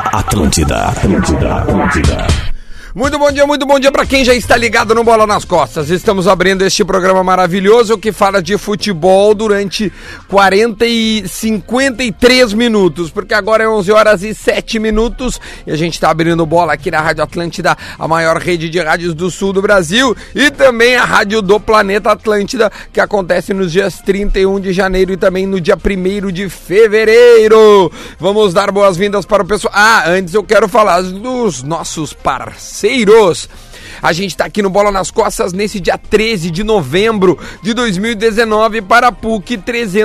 Atlântida. Muito bom dia para quem já está ligado no Bola nas Costas. Estamos abrindo este programa maravilhoso que fala de futebol durante 53 minutos, porque agora é 11 horas e 7 minutos e a gente está abrindo bola aqui na Rádio Atlântida, a maior rede de rádios do sul do Brasil, e também a rádio do Planeta Atlântida, que acontece nos dias 31 de janeiro e também no dia 1º de fevereiro. Vamos dar boas-vindas para o pessoal. Antes eu quero falar dos nossos parceiros. A gente está aqui no Bola nas Costas nesse dia 13 de novembro de 2019 para a PUC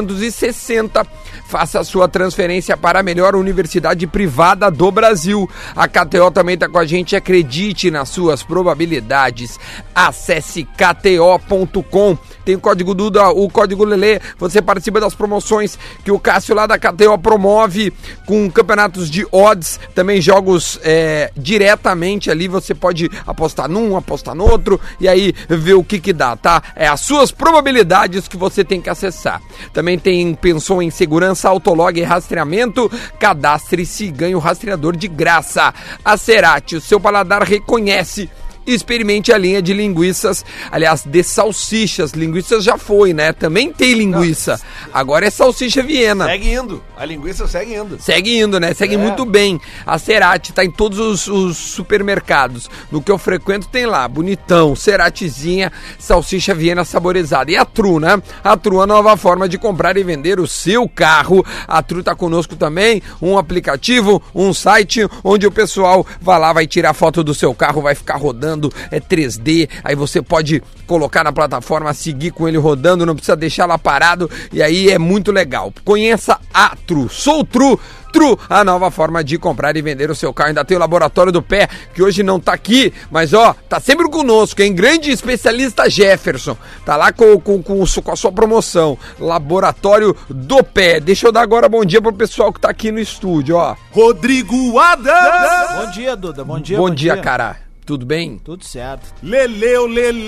360. Faça a sua transferência para a melhor universidade privada do Brasil. A KTO também está com a gente. Acredite nas suas probabilidades. Acesse kto.com. Tem o código Duda, o código Lelê. Você participa das promoções que o Cássio lá da KTO promove, com campeonatos de odds, também jogos diretamente ali. Você pode apostar num, apostar no outro e aí ver o que dá, tá? É as suas probabilidades que você tem que acessar. Também pensou em segurança, autolog e rastreamento? Cadastre-se e ganhe o rastreador de graça. A Cerati, o seu paladar reconhece. Experimente a linha de linguiças, aliás, de salsichas. Linguiças já foi, né? Também tem linguiça. Agora é salsicha Viena. Segue indo. A linguiça segue indo. Segue indo, né? Segue muito bem. A Cerati tá em todos os supermercados. No que eu frequento tem lá, bonitão, Ceratizinha, salsicha Viena saborizada. E a Tru, né? A Tru, a nova forma de comprar e vender o seu carro. A Tru tá conosco também, um aplicativo, um site onde o pessoal vai lá, vai tirar foto do seu carro, vai ficar rodando. É 3D, aí você pode colocar na plataforma, seguir com ele rodando, não precisa deixar lá parado, e aí é muito legal. Conheça a Tru. Sou Tru, a nova forma de comprar e vender o seu carro. Ainda tem o Laboratório do Pé, que hoje não tá aqui, mas tá sempre conosco, hein? Grande especialista Jefferson, tá lá com a sua promoção, Laboratório do Pé. Deixa eu dar agora bom dia pro pessoal que tá aqui no estúdio, Rodrigo Adams! Bom dia, Duda, bom dia, cara. Tudo bem? Tudo certo. Leleu.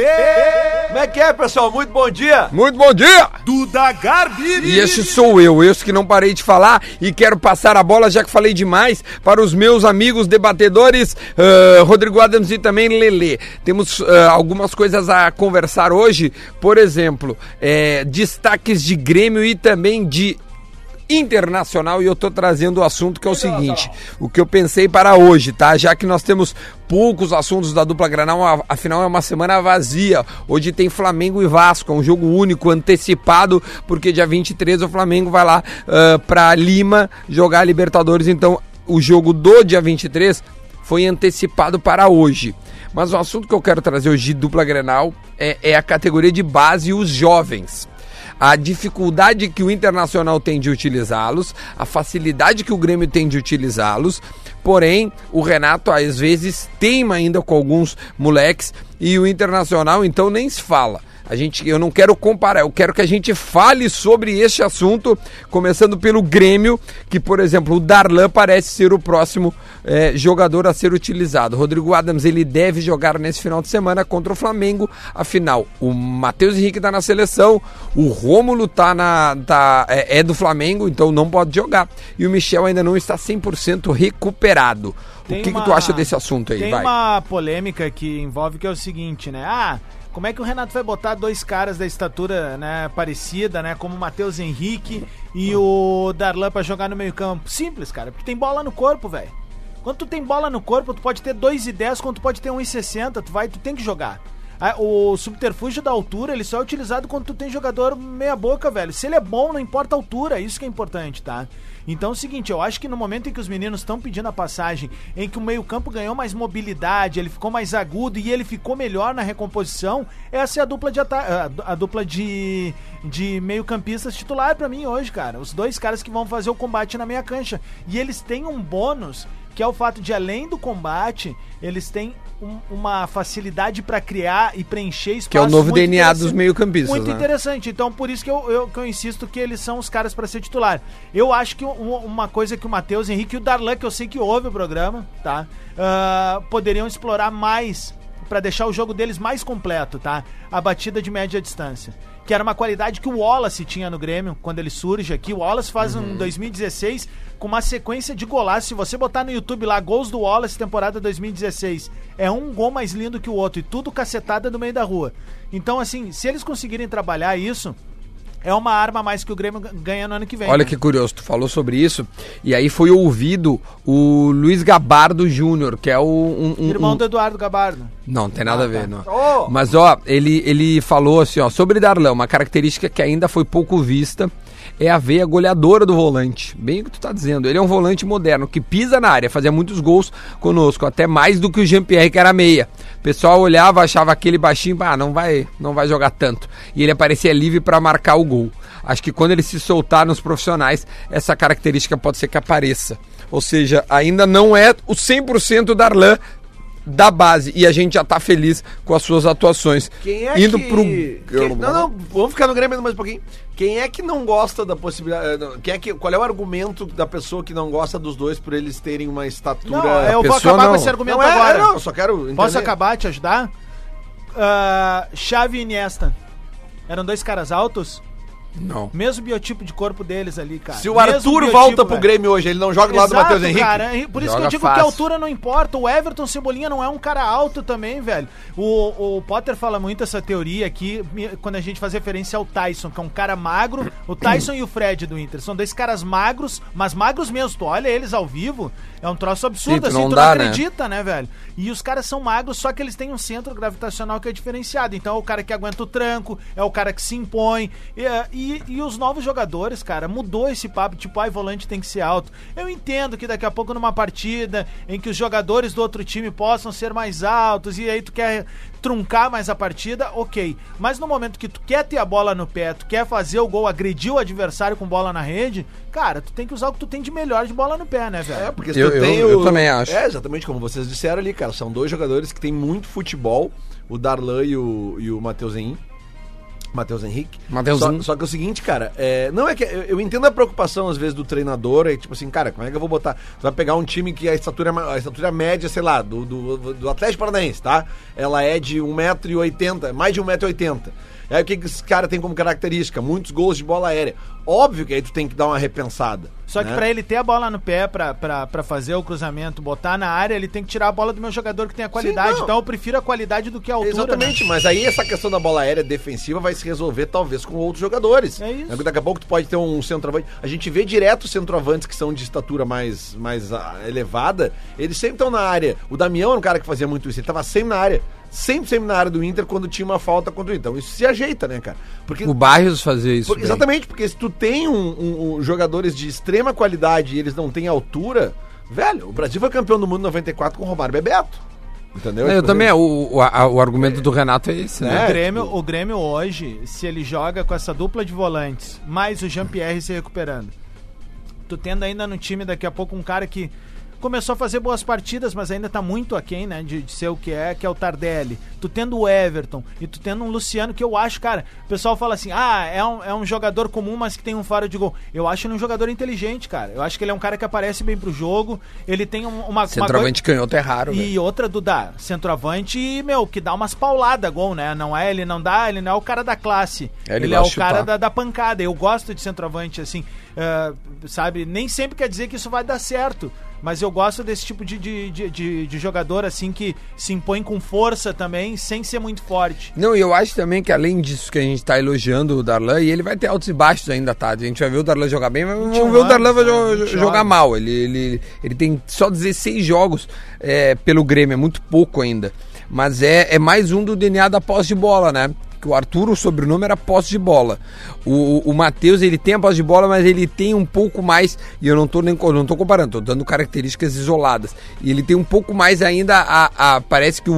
Como é que é, pessoal? Muito bom dia. Muito bom dia. Duda Garbi. E esse sou eu que não parei de falar e quero passar a bola, já que falei demais, para os meus amigos debatedores, Rodrigo Adams e também Lelê. Temos algumas coisas a conversar hoje, por exemplo, destaques de Grêmio e também de Internacional, e eu tô trazendo o assunto que é o seguinte, o que eu pensei para hoje, tá? Já que nós temos poucos assuntos da dupla Granal, afinal é uma semana vazia. Hoje tem Flamengo e Vasco, é um jogo único, antecipado, porque dia 23 o Flamengo vai lá pra Lima jogar a Libertadores, então o jogo do dia 23 foi antecipado para hoje. Mas o assunto que eu quero trazer hoje de dupla Granal é a categoria de base e os jovens. A dificuldade que o Internacional tem de utilizá-los, a facilidade que o Grêmio tem de utilizá-los, porém o Renato às vezes teima ainda com alguns moleques e o Internacional então nem se fala. Eu não quero comparar, eu quero que a gente fale sobre este assunto, começando pelo Grêmio, que, por exemplo, o Darlan parece ser o próximo jogador a ser utilizado. Rodrigo Adams, ele deve jogar nesse final de semana contra o Flamengo, afinal, o Matheus Henrique está na seleção, o Rômulo é do Flamengo, então não pode jogar, e o Michel ainda não está 100% recuperado. O que tu acha desse assunto aí? Tem uma polêmica que envolve que é o seguinte, né? Como é que o Renato vai botar dois caras da estatura, né, parecida, né, como o Matheus Henrique e o Darlan pra jogar no meio campo? Simples, cara, porque tem bola no corpo, velho. Quando tu tem bola no corpo, tu pode ter 2,10, quando tu pode ter 1,60, tu tem que jogar. O subterfúgio da altura, ele só é utilizado quando tu tem jogador meia boca, velho. Se ele é bom, não importa a altura, isso que é importante, tá? Então é o seguinte, eu acho que no momento em que os meninos estão pedindo a passagem, em que o meio-campo ganhou mais mobilidade, ele ficou mais agudo e ele ficou melhor na recomposição, essa é a dupla de meio-campistas titular pra mim hoje, cara. Os dois caras que vão fazer o combate na meia cancha. E eles têm um bônus, que é o fato de, além do combate, eles têm uma facilidade para criar e preencher espaço. Que é o novo DNA dos meio-campistas. Muito interessante. Então, por isso que eu insisto que eles são os caras para ser titular. Eu acho que uma coisa que o Matheus Henrique e o Darlan, que eu sei que ouve o programa, tá? Poderiam explorar mais para deixar o jogo deles mais completo, tá? A batida de média distância. que era uma qualidade que o Wallace tinha no Grêmio, quando ele surge aqui. O Wallace faz em 2016 com uma sequência de golaços. Se você botar no YouTube lá, gols do Wallace, temporada 2016, é um gol mais lindo que o outro, e tudo cacetada no meio da rua. Então, assim, se eles conseguirem trabalhar isso, é uma arma a mais que o Grêmio ganha no ano que vem. Olha, né? Que curioso, tu falou sobre isso, e aí foi ouvido o Luiz Gabardo Júnior, que é irmão do Eduardo Gabardo. Não tem nada a ver, não. Mas, ó, ele falou assim, ó, sobre Darlan, uma característica que ainda foi pouco vista é a veia goleadora do volante. Bem o que tu tá dizendo. Ele é um volante moderno, que pisa na área, fazia muitos gols conosco, até mais do que o Jean-Pierre, que era meia. O pessoal olhava, achava aquele baixinho, não vai jogar tanto. E ele aparecia livre para marcar o gol. Acho que quando ele se soltar nos profissionais, essa característica pode ser que apareça. Ou seja, ainda não é o 100% Darlan da base, e a gente já tá feliz com as suas atuações. Quem é indo vamos ficar no Grêmio mais um pouquinho. Quem é que não gosta da possibilidade? Qual é o argumento da pessoa que não gosta dos dois por eles terem uma estatura? Não, eu vou acabar com esse argumento agora. Não, eu só quero entender. Posso acabar, te ajudar? Xavi e Iniesta eram dois caras altos? Não. Mesmo biotipo de corpo deles ali, cara. Se o Arthur volta pro Grêmio hoje, ele não joga do lado do Matheus Henrique? Cara, por isso que eu digo que a altura não importa. O Everton Cebolinha não é um cara alto também, velho. O Potter fala muito essa teoria aqui, quando a gente faz referência ao Tyson, que é um cara magro. O Tyson e o Fred do Inter são dois caras magros, mas magros mesmo. Tu olha eles ao vivo, é um troço absurdo, sim, assim, tu não acredita, né, velho? E os caras são magros, só que eles têm um centro gravitacional que é diferenciado. Então é o cara que aguenta o tranco, é o cara que se impõe. E os novos jogadores, cara, mudou esse papo, tipo, volante tem que ser alto. Eu entendo que daqui a pouco numa partida em que os jogadores do outro time possam ser mais altos e aí tu quer truncar mais a partida, ok. Mas no momento que tu quer ter a bola no pé, tu quer fazer o gol, agredir o adversário com bola na rede, cara, tu tem que usar o que tu tem de melhor de bola no pé, né, velho? Porque eu também acho. É, exatamente como vocês disseram ali, cara, são dois jogadores que tem muito futebol, o Darlan e o Matheus Henrique. Só que é o seguinte, cara, não é que eu entendo a preocupação às vezes do treinador, é tipo assim, cara, como é que eu vou botar? Tu vai pegar um time que a estatura média, sei lá, do Atlético Paranaense, tá? Ela é de 1,80m, mais de 1,80m. Aí o que esse cara tem como característica? Muitos gols de bola aérea. Óbvio que aí tu tem que dar uma repensada. Só que pra ele ter a bola no pé, pra fazer o cruzamento, botar na área, ele tem que tirar a bola do meu jogador que tem a qualidade. Sim, então eu prefiro a qualidade do que a altura. Exatamente, né? Mas aí essa questão da bola aérea defensiva vai se resolver talvez com outros jogadores. É isso. Daqui a pouco tu pode ter um centroavante. A gente vê direto centroavantes que são de estatura mais elevada, eles sempre estão na área. O Damião era um cara que fazia muito isso, ele tava sempre na área. Sempre na área do Inter quando tinha uma falta contra o Inter. Então isso se ajeita, né, cara? Porque, o Barrios fazia isso. Exatamente, porque se tu tem jogadores de extrema qualidade e eles não têm altura, velho, o Brasil foi campeão do mundo em 94 com o Romário Bebeto. Entendeu? Eu também, o argumento do Renato é esse, né? O Grêmio hoje, se ele joga com essa dupla de volantes, mais o Jean-Pierre se recuperando, tu tendo ainda no time daqui a pouco um cara que começou a fazer boas partidas, mas ainda tá muito aquém, né, de ser o que é o Tardelli. Tu tendo o Everton e tu tendo um Luciano, que eu acho, cara, o pessoal fala assim, é um jogador comum, mas que tem um faro de gol. Eu acho ele um jogador inteligente, cara. Eu acho que ele é um cara que aparece bem pro jogo, ele tem uma... Centroavante canhoto é raro, e véio. Outra, Duda, centroavante, que dá umas pauladas gol, né? Ele não é o cara da classe. Ele é o cara da pancada. Eu gosto de centroavante, assim, sabe? Nem sempre quer dizer que isso vai dar certo, mas eu gosto desse tipo de jogador, assim, que se impõe com força também, sem ser muito forte. Não, e eu acho também que além disso que a gente tá elogiando o Darlan, e ele vai ter altos e baixos ainda, tá? A gente vai ver o Darlan jogar bem, mas vamos ver o Darlan jogar mal. Ele tem só 16 jogos pelo Grêmio, é muito pouco ainda. Mas é mais um do DNA da posse de bola, né? O Arthur, o sobrenome era posse de bola. O Matheus, ele tem a posse de bola, mas ele tem um pouco mais, e eu não tô comparando, tô dando características isoladas. E ele tem um pouco mais ainda, parece que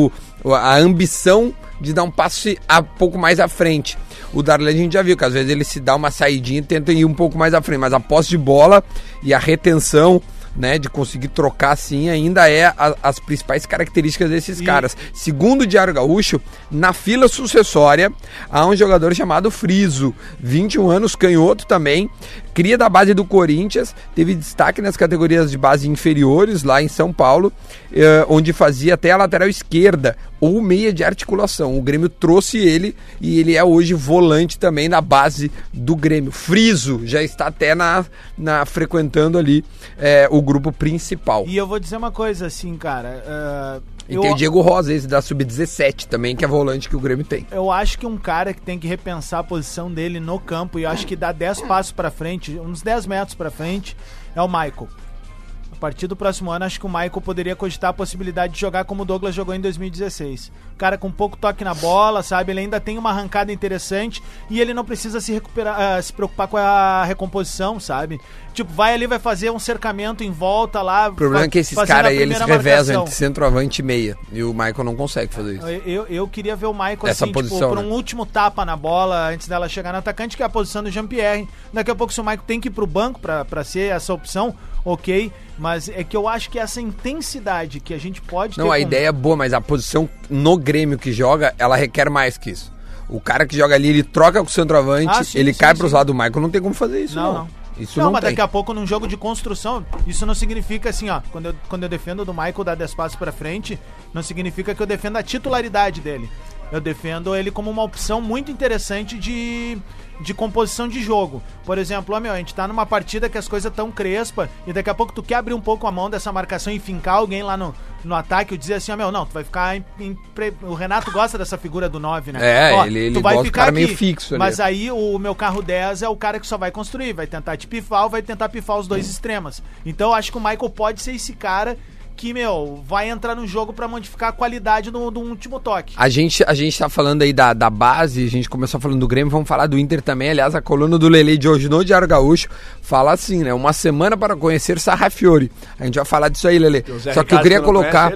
a ambição de dar um passo um pouco mais à frente. O Darlan a gente já viu que às vezes ele se dá uma saidinha e tenta ir um pouco mais à frente, mas a posse de bola e a retenção, né, de conseguir trocar assim, ainda é as principais características desses caras. Segundo o Diário Gaúcho, na fila sucessória há um jogador chamado Friso, 21 anos, canhoto também, cria da base do Corinthians, teve destaque nas categorias de base inferiores lá em São Paulo, onde fazia até a lateral esquerda ou meia de articulação. O Grêmio trouxe ele e ele é hoje volante também na base do Grêmio. Friso já está até frequentando ali o grupo principal. E eu vou dizer uma coisa assim, cara... E tem o Diego Rosa, esse da Sub-17 também, que é volante que o Grêmio tem. Eu acho que um cara que tem que repensar a posição dele no campo, e eu acho que dá 10 passos pra frente, uns 10 metros pra frente, é o Michael. A partir do próximo ano, acho que o Michael poderia cogitar a possibilidade de jogar como o Douglas jogou em 2016. Cara com pouco toque na bola, sabe? Ele ainda tem uma arrancada interessante e ele não precisa se preocupar com a recomposição, sabe? Tipo, vai ali, vai fazer um cercamento em volta lá. O problema é que esses caras aí, eles revezam entre centroavante e meia. E o Michael não consegue fazer isso. Eu queria ver o Michael essa assim, posição, tipo, por um último tapa na bola antes dela chegar no atacante, que é a posição do Jean-Pierre. Daqui a pouco, se o Michael tem que ir pro banco pra ser essa opção, ok, mas é que eu acho que essa intensidade que a gente pode ter... Não, a ideia é boa, mas a posição no Grêmio que joga, ela requer mais que isso. O cara que joga ali, ele troca com o centroavante, ele cai pros lados do Michael, não tem como fazer isso, não. Isso não, mas tem. Daqui a pouco num jogo de construção, isso não significa assim, ó, quando eu defendo do Michael dar 10 passos pra frente, não significa que eu defendo a titularidade dele. Eu defendo ele como uma opção muito interessante de composição de jogo. Por exemplo, a gente tá numa partida que as coisas tão crespa e daqui a pouco tu quer abrir um pouco a mão dessa marcação e fincar alguém lá no ataque e dizer assim, não, tu vai ficar o Renato gosta dessa figura do 9, né? Ele vai gosta ficar do cara meio fixo ali. Mas aí o meu carro 10 é o cara que só vai construir, vai tentar te pifar ou vai tentar pifar os dois extremos. Então eu acho que o Michael pode ser esse cara que, vai entrar no jogo pra modificar a qualidade do último toque. A gente tá falando aí da base, a gente começou falando do Grêmio, vamos falar do Inter também. Aliás, a coluna do Lelê de hoje no Diário Gaúcho fala assim, né? Uma semana para conhecer Sarrafiori. A gente vai falar disso aí, Lelê. Só que eu queria colocar...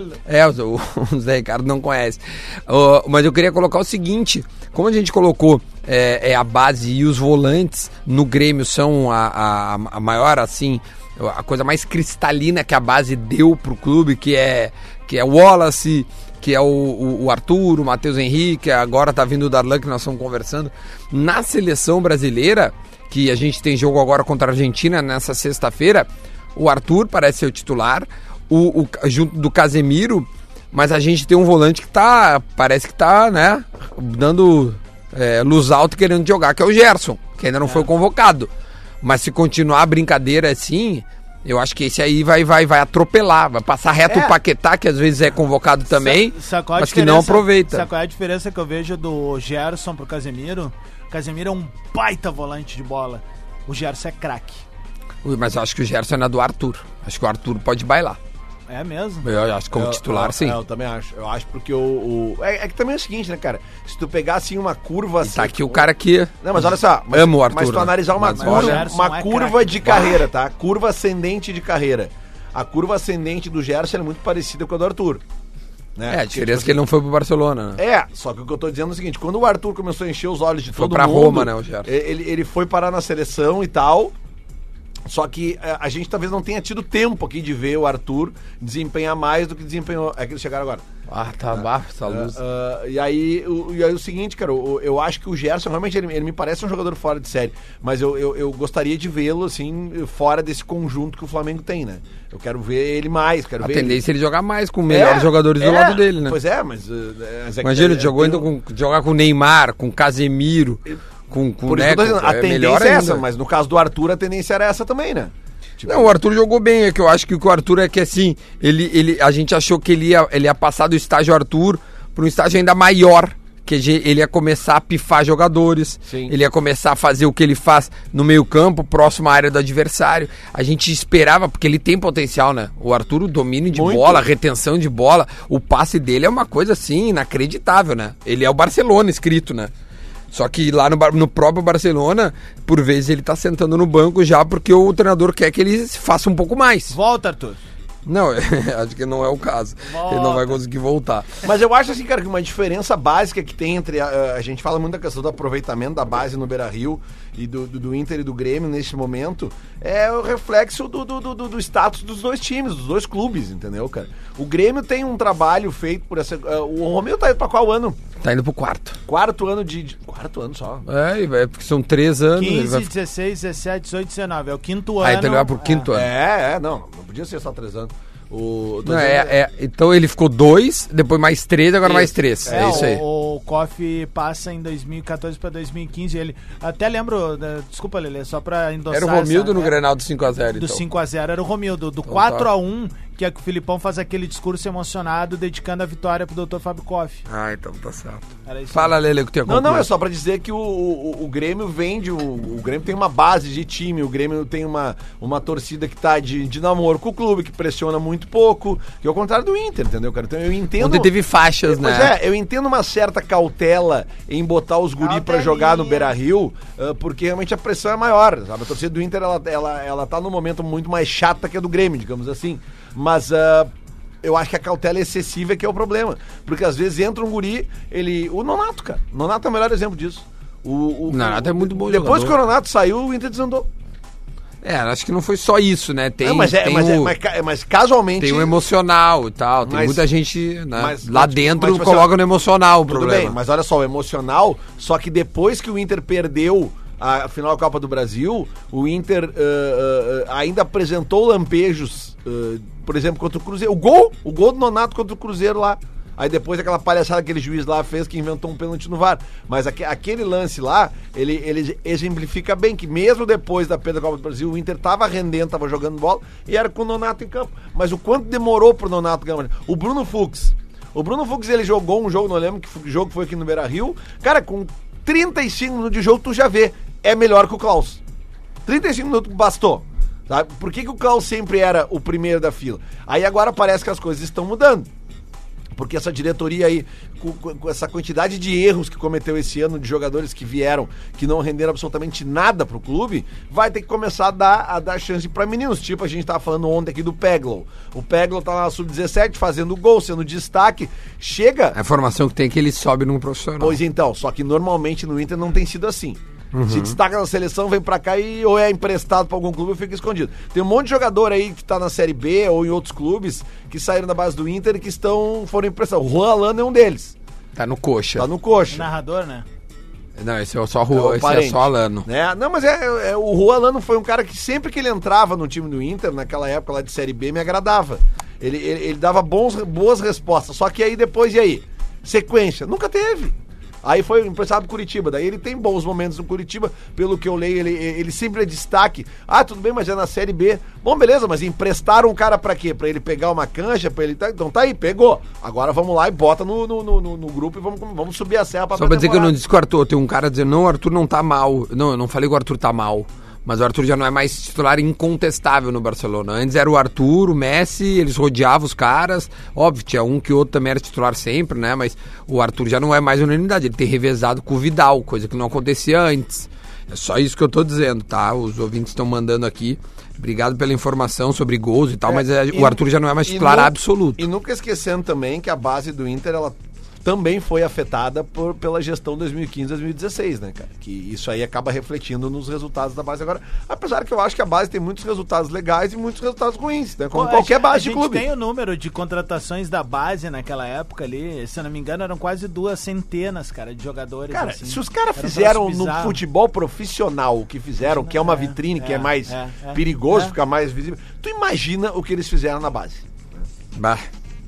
o Zé Ricardo não conhece. Mas eu queria colocar o seguinte, como a gente colocou a base e os volantes no Grêmio são a maior, assim... a coisa mais cristalina que a base deu pro clube, que é o Wallace, que é o Arthur, o Matheus Henrique, agora tá vindo o Darlan, que nós estamos conversando. Na seleção brasileira, que a gente tem jogo agora contra a Argentina nessa sexta-feira, o Arthur parece ser o titular, junto do Casemiro, mas a gente tem um volante que parece que tá, né, dando luz alta e querendo jogar, que é o Gerson, que ainda não foi convocado. Mas se continuar a brincadeira assim, eu acho que esse aí vai atropelar, vai passar reto o Paquetá, que às vezes é convocado também, mas que não aproveita. Sabe qual é a diferença que eu vejo do Gerson pro Casemiro? O Casemiro é um baita volante de bola, o Gerson é craque. Mas eu acho que o Gerson é na do Arthur, acho que o Arthur pode bailar. É mesmo? Eu acho que como titular, sim. Eu também acho. Eu acho porque é que também é o seguinte, né, cara? Se tu pegar, assim, uma curva... Tá aqui o cara que... Não, mas olha só. Amo o Arthur. Mas tu analisar uma curva de carreira, tá? Curva ascendente de carreira. A curva ascendente do Gerson é muito parecida com a do Arthur. Né? A diferença é que ele não foi pro Barcelona, né? Só que o que eu tô dizendo é o seguinte, quando o Arthur começou a encher os olhos de todo mundo... Foi pra Roma, né, o Gerson? Ele foi parar na seleção e tal... Só que a gente talvez não tenha tido tempo aqui de ver o Arthur desempenhar mais do que desempenhou. É que eles chegaram agora. Essa luz. E aí o seguinte, cara, eu acho que o Gerson realmente ele me parece um jogador fora de série, mas eu gostaria de vê-lo assim, fora desse conjunto que o Flamengo tem, né? Eu quero ver ele mais, a tendência é ele jogar mais com melhores jogadores do lado dele, né? Pois mas imagina, ele jogou jogar com o Neymar, com o Casemiro. Por isso que eu tô dizendo, a tendência é essa, mas no caso do Arthur a tendência era essa também, né? Não, o Arthur jogou bem, é que eu acho que o Arthur é que assim, a gente achou que ele ia passar do estágio Arthur para um estágio ainda maior, que ele ia começar a pifar jogadores, ele ia começar a fazer o que ele faz no meio campo, próximo à área do adversário. A gente esperava, porque ele tem potencial, né? O Arthur, o domínio de bola, a retenção de bola, o passe dele é uma coisa assim, inacreditável, né? Ele é o Barcelona escrito, né? Só que lá no próprio Barcelona, por vezes ele tá sentando no banco já porque o treinador quer que ele faça um pouco mais. Volta, Arthur. Não, acho que não é o caso. Volta. Ele não vai conseguir voltar. Mas eu acho assim, cara, que uma diferença básica que tem entre... A gente fala muito da questão do aproveitamento da base no Beira-Rio e do Inter e do Grêmio nesse momento, é o reflexo do status dos dois times, dos dois clubes, entendeu, cara? O Grêmio tem um trabalho feito por essa... O Romeu tá indo pra qual ano? Tá indo pro quarto. Quarto ano só. Porque são 3 anos. 15, 16, 17, 18, 19. É o quinto ano. Então ele vai pro quinto ano. Não podia ser só 3 anos. Então ele ficou 2, depois mais 3, agora mais 3. É isso aí. O Koff passa em 2014 pra 2015. Ele até lembro, desculpa, Lelê, só pra endossar. Era o Romildo no Grenal do 5x0. Do 5x0 era o Romildo. Do 4x1, que é que o Filipão faz aquele discurso emocionado dedicando a vitória pro Dr. Fábio Koff. Então tá certo. Fala, Lelê, que tem a Não, é só pra dizer que o Grêmio vende, o Grêmio tem uma base de time, o Grêmio tem uma torcida que tá de namoro com o clube, que pressiona muito pouco, que é o contrário do Inter, entendeu, cara? Então eu entendo... Ontem teve faixas, né? Eu entendo uma certa cautela em botar os guri pra jogar no Beira-Rio, porque realmente a pressão é maior, sabe? A torcida do Inter, ela tá num momento muito mais chata que a do Grêmio, digamos assim. Mas eu acho que a cautela excessiva é que é o problema. Porque às vezes entra um guri, o Nonato, cara. O Nonato é o melhor exemplo disso. O Nonato é muito bom Depois que o Nonato saiu, o Inter desandou. Acho que não foi só isso, né? Mas casualmente... Tem o emocional e tal. Tem muita gente, né, lá dentro coloca no emocional o problema. Tudo bem, mas olha só, o emocional, só que depois que o Inter perdeu a final da Copa do Brasil, o Inter ainda apresentou lampejos, por exemplo, contra o Cruzeiro. O gol do Nonato contra o Cruzeiro lá. Aí depois aquela palhaçada que aquele juiz lá fez, que inventou um pênalti no VAR. Mas aquele lance lá, ele exemplifica bem que mesmo depois da perda da Copa do Brasil, o Inter tava rendendo, tava jogando bola e era com o Nonato em campo. Mas o quanto demorou pro Nonato ganhar? O Bruno Fux, ele jogou um jogo, não lembro que jogo foi aqui no Beira-Rio. Cara, com 35 minutos de jogo, tu já vê, é melhor que o Klaus. 35 minutos bastou. Sabe? Por que o Klaus sempre era o primeiro da fila? Aí agora parece que as coisas estão mudando. Porque essa diretoria aí, com essa quantidade de erros que cometeu esse ano, de jogadores que vieram, que não renderam absolutamente nada pro clube, vai ter que começar a dar chance pra meninos. Tipo, a gente tava falando ontem aqui do Peglow. O Peglow tá lá na Sub-17 fazendo gol, sendo destaque. Chega... A informação que tem é que ele sobe num profissional. Pois então, só que normalmente no Inter não tem sido assim. Se destaca na seleção, vem pra cá e ou é emprestado pra algum clube ou fica escondido. Tem um monte de jogador aí que tá na Série B ou em outros clubes que saíram da base do Inter e que foram emprestados. O Juan Alano é um deles. Tá no coxa. Narrador, né? Não, esse é só Juan, esse é só Alano. Não, mas o Juan Alano foi um cara que sempre que ele entrava no time do Inter, naquela época lá de Série B, me agradava. Ele dava boas respostas, só que aí depois, e aí? Sequência, nunca teve. Aí foi emprestado pro Curitiba, daí ele tem bons momentos no Curitiba, pelo que eu leio, ele sempre é destaque. Tudo bem, mas é na Série B. Bom, beleza, mas emprestaram um cara pra quê? Pra ele pegar uma cancha, pra ele... Então tá aí, pegou. Agora vamos lá e bota no grupo e vamos subir a serra pra... Só pra dizer que eu não disse que o Arthur, tem um cara dizendo, não, o Arthur não tá mal. Não, eu não falei que o Arthur tá mal. Mas o Arthur já não é mais titular incontestável no Barcelona. Antes era o Arthur, o Messi, eles rodeavam os caras. Óbvio, tinha um que outro também era titular sempre, né? Mas o Arthur já não é mais unanimidade. Ele tem revezado com o Vidal, coisa que não acontecia antes. É só isso que eu tô dizendo, tá? Os ouvintes estão mandando aqui. Obrigado pela informação sobre gols e tal, mas o Arthur já não é mais titular absoluto. E nunca esquecendo também que a base do Inter, ela também foi afetada pela gestão 2015-2016, né, cara? Que isso aí acaba refletindo nos resultados da base agora. Apesar que eu acho que a base tem muitos resultados legais e muitos resultados ruins, né? Como qualquer base de clube. A gente tem o número de contratações da base naquela época ali, se eu não me engano, eram quase 200, cara, de jogadores. Cara, assim, se os caras fizeram no futebol profissional o que fizeram, que é uma vitrine, que é mais perigoso, fica mais visível, tu imagina o que eles fizeram na base. Bah.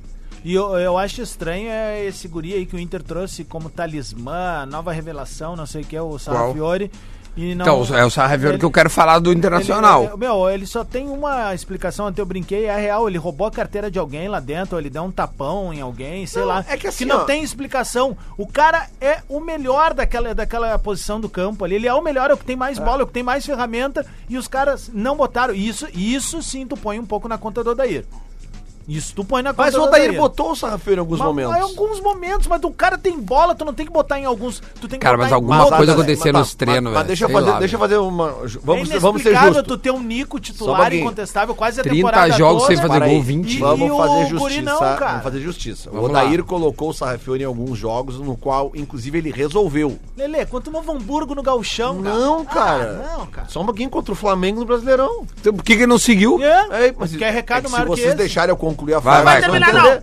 E eu acho estranho esse guri aí que o Inter trouxe como talismã, nova revelação, não sei o que, o Sarrafiori. E não, então, é o Sarrafiori que eu quero falar do Internacional. Ele só tem uma explicação, até eu brinquei, é real, ele roubou a carteira de alguém lá dentro, ou ele deu um tapão em alguém, sei lá. É que assim, não tem explicação. O cara é o melhor daquela posição do campo ali, ele é o melhor, é o que tem mais bola, é o que tem mais ferramenta, e os caras não botaram. Isso sim tu põe um pouco na conta do Odair. Isso tu põe na conta. Mas o Odair botou o Sarrafiori em alguns momentos. Em alguns momentos, mas o cara tem bola, tu não tem que botar em alguns. Tu tem que cara, mas alguma coisa acontecer nos treinos, mas deixa eu fazer uma. Vamos ser justos. Tu ter um Nico titular incontestável quase a temporada 30 jogos toda, sem fazer gol, 20. Vamos fazer justiça. Vamos fazer justiça. O Odair colocou o Sarrafiori em alguns jogos, no qual, inclusive, ele resolveu. Lelê, quanto Novo Hamburgo no Gauchão, cara. Não, cara. Só um pouquinho contra o Flamengo no Brasileirão. Então por que ele não seguiu? Mas quer recado maior que esse? Se vocês deixarem eu concluir a frase, vai.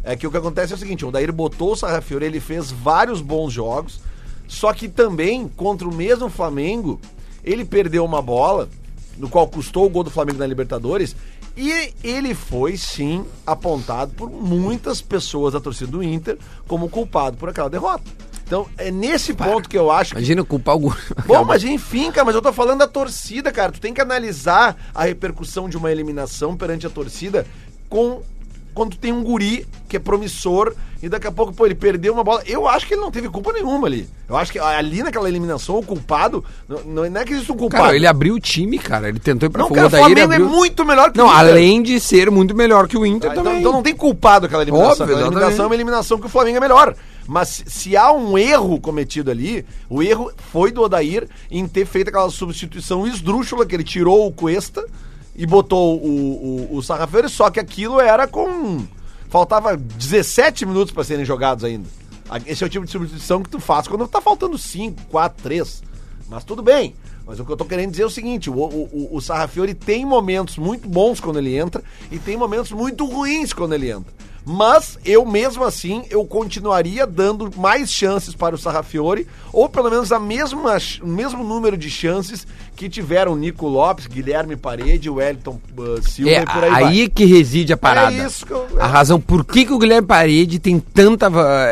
É que o que acontece é o seguinte, o Odair botou o Sarrafiore, ele fez vários bons jogos, só que também, contra o mesmo Flamengo, ele perdeu uma bola, no qual custou o gol do Flamengo na Libertadores, e ele foi, sim, apontado por muitas pessoas da torcida do Inter como culpado por aquela derrota. Então, é nesse ponto que eu acho... Imagina culpar algum... Bom, mas enfim, cara, mas eu tô falando da torcida, cara. Tu tem que analisar a repercussão de uma eliminação perante a torcida quando tu tem um guri que é promissor e daqui a pouco, pô, ele perdeu uma bola. Eu acho que ele não teve culpa nenhuma ali. Eu acho que ali naquela eliminação, o culpado... Não é que existe um culpado. Cara, ele abriu o time, cara. Ele tentou ir pra fora. Não, cara, o Flamengo é muito melhor que o Inter. Não, além de ser muito melhor que o Inter também. Então não tem culpado aquela eliminação. Óbvio, a eliminação é uma eliminação que o Flamengo é melhor. Mas se há um erro cometido ali, o erro foi do Odair em ter feito aquela substituição esdrúxula, que ele tirou o Cuesta e botou o Sarrafiore, só que aquilo era com... Faltava 17 minutos para serem jogados ainda. Esse é o tipo de substituição que tu faz quando tá faltando 5, 4, 3. Mas tudo bem. Mas o que eu tô querendo dizer é o seguinte, o Sarrafiore tem momentos muito bons quando ele entra e tem momentos muito ruins quando ele entra. Mas eu mesmo assim, eu continuaria dando mais chances para o Sarrafiore, ou pelo menos o mesmo número de chances que tiveram o Nico Lopes, Guilherme Parede, o Wellington Silva e por aí vai. Aí que reside a parada. É isso que a razão por que o Guilherme Parede tem tanta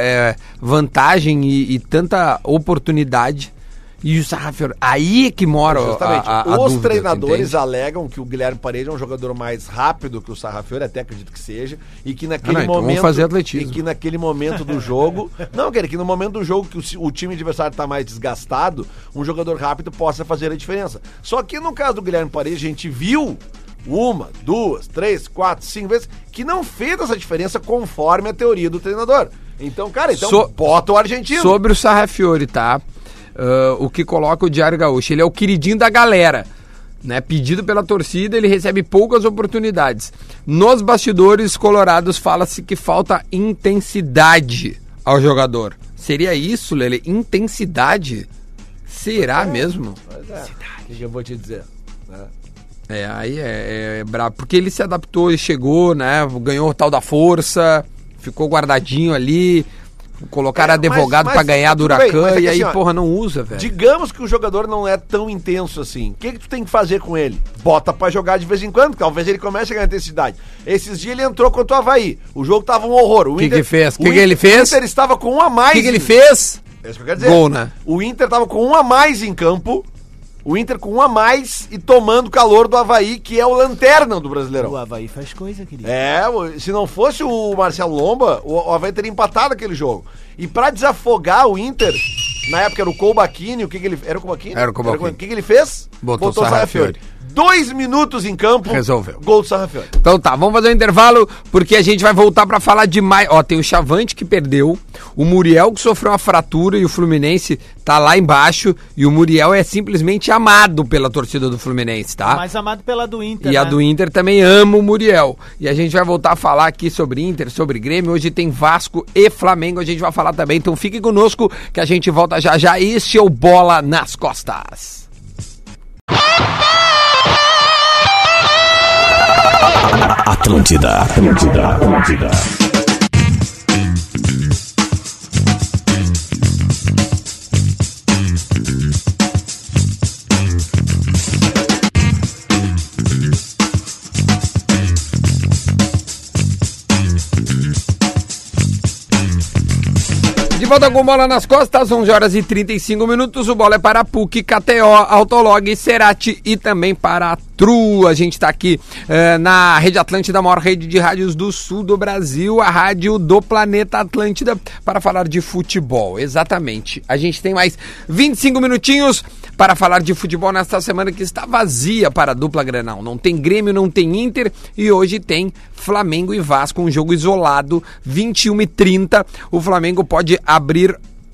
vantagem e tanta oportunidade. E o Sarrafiore, aí é que mora a Os dúvida, treinadores alegam que o Guilherme Parede é um jogador mais rápido que o Sarrafiore, até acredito que seja, e que naquele momento... Vamos fazer atletismo. E que naquele momento do jogo... Não, cara, que no momento do jogo que o time adversário está mais desgastado, um jogador rápido possa fazer a diferença. Só que no caso do Guilherme Parede, a gente viu 1, 2, 3, 4, 5 vezes que não fez essa diferença conforme a teoria do treinador. Então, cara, bota o argentino. Sobre o Sarrafiore, tá? O que coloca o Diário Gaúcho, ele é o queridinho da galera, né? Pedido pela torcida, ele recebe poucas oportunidades. Nos bastidores colorados fala-se que falta intensidade ao jogador. Seria isso, Lele? Intensidade? Será mesmo? Pois é. O que eu vou te dizer? Aí é brabo, porque ele se adaptou e chegou, né? Ganhou o tal da força, ficou guardadinho ali. Colocaram advogado pra ganhar do Huracan e aí, assim, porra, não usa, velho. Digamos que o jogador não é tão intenso assim. O que tu tem que fazer com ele? Bota pra jogar de vez em quando, talvez ele comece a ganhar intensidade. Esses dias ele entrou contra o Avaí. O jogo tava um horror. O que ele fez? O que ele fez? O Inter estava com 1 a mais. O que ele fez? É isso que eu quero dizer. Gol, né? O Inter tava com 1 a mais em campo. O Inter com 1 a mais e tomando calor do Avaí, que é o lanterna do Brasileirão. O Avaí faz coisa, querido. Se não fosse o Marcelo Lomba, o Avaí teria empatado aquele jogo. E pra desafogar o Inter, na época era o Koubachini, o que ele... Era o Koubachini? Era o Koubachini. O que ele fez? Botou o Sarrafiore. 2 minutos em campo, resolveu. Gol do Sarrafiore. Então tá, vamos fazer um intervalo, porque a gente vai voltar pra falar de mais. Ó, tem o Chavante que perdeu, o Muriel que sofreu uma fratura e o Fluminense tá lá embaixo, e o Muriel é simplesmente amado pela torcida do Fluminense, tá? Mais amado pela do Inter, E a do Inter também ama o Muriel. E a gente vai voltar a falar aqui sobre Inter, sobre Grêmio, hoje tem Vasco e Flamengo, a gente vai falar também, então fique conosco que a gente volta já já. Este é o Bola nas Costas. Atlântida. De volta com Bola nas Costas, 11 horas e 35 minutos. O Bola é para a PUC, KTO, Autolog, Cerati e também para a Tru. A gente está aqui na Rede Atlântida, a maior rede de rádios do sul do Brasil, a rádio do planeta Atlântida, para falar de futebol. Exatamente. A gente tem mais 25 minutinhos para falar de futebol nesta semana que está vazia para a dupla Grenal. Não tem Grêmio, não tem Inter e hoje tem Flamengo e Vasco, um jogo isolado, 21h30. O Flamengo pode abrir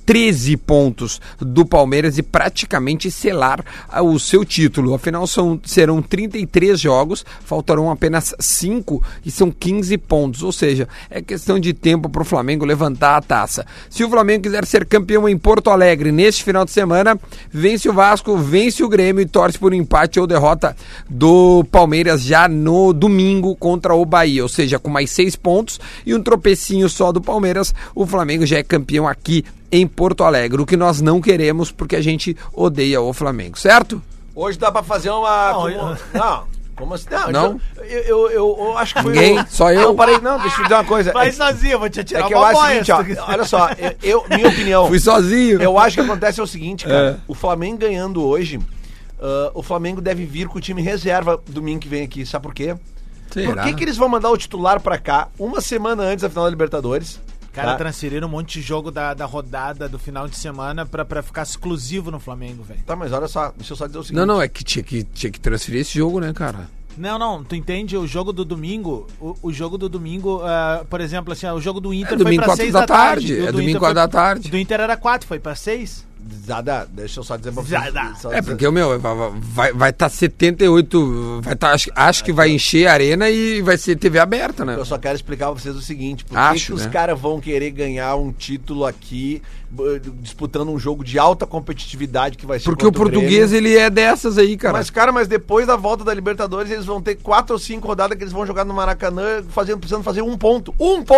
13 pontos do Palmeiras e praticamente selar o seu título. Afinal, serão 33 jogos, faltarão apenas 5 e são 15 pontos. Ou seja, é questão de tempo para o Flamengo levantar a taça. Se o Flamengo quiser ser campeão em Porto Alegre neste final de semana, vence o Vasco, vence o Grêmio e torce por um empate ou derrota do Palmeiras já no domingo contra o Bahia. Ou seja, com mais 6 pontos e um tropecinho só do Palmeiras, o Flamengo já é campeão aqui em Porto Alegre, o que nós não queremos porque a gente odeia o Flamengo, certo? Hoje dá pra fazer uma... Não, como assim? Não? Eu acho que foi... Ninguém? Só eu? Não, deixa eu te dizer uma coisa. Vai sozinho, vou te atirar uma boia. É que eu acho o seguinte, ó, olha só, minha opinião... Fui sozinho. Eu acho que acontece o seguinte, cara, o Flamengo ganhando hoje, o Flamengo deve vir com o time reserva domingo que vem aqui, sabe por quê? Será? Por que eles vão mandar o titular pra cá uma semana antes da final da Libertadores? Cara, transferiram um monte de jogo da rodada do final de semana pra ficar exclusivo no Flamengo, velho. Tá, mas olha só, deixa eu só dizer o seguinte. Não, é que tinha que transferir esse jogo, né, cara? Não, tu entende? O jogo do domingo, o jogo do domingo, por exemplo, assim, o jogo do Inter foi pra 6 da tarde. É domingo 4 da tarde. O do Inter era 4, foi pra 6? Deixa eu só dizer pra você. Porque o meu vai estar 78, vai tá, acho que vai encher a arena e vai ser TV aberta, né? Eu só quero explicar pra vocês o seguinte, por que os caras vão querer ganhar um título aqui disputando um jogo de alta competitividade que vai ser porque o português ele é dessas aí, cara. Mas depois da volta da Libertadores eles vão ter 4 ou 5 rodadas que eles vão jogar no Maracanã precisando fazer um ponto.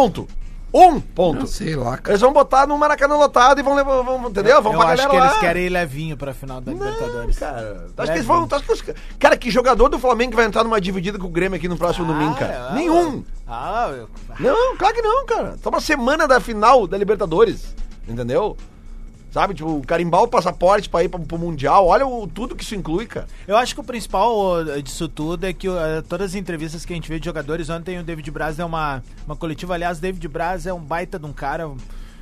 Não sei lá, cara. Eles vão botar no Maracanã lotado e vão levar, entendeu? Vão pra galera lá. Eu acho que eles querem ir levinho pra final da Libertadores. Cara, acho que eles vão... Cara, que jogador do Flamengo vai entrar numa dividida com o Grêmio aqui no próximo domingo, cara? Nenhum. Não, claro que não, cara. Tá uma semana da final da Libertadores, entendeu? Sabe, tipo, carimbar o passaporte pra ir pro Mundial, olha tudo que isso inclui, cara. Eu acho que o principal disso tudo é que todas as entrevistas que a gente vê de jogadores, ontem o David Braz deu uma coletiva, aliás, o David Braz é um baita de um cara,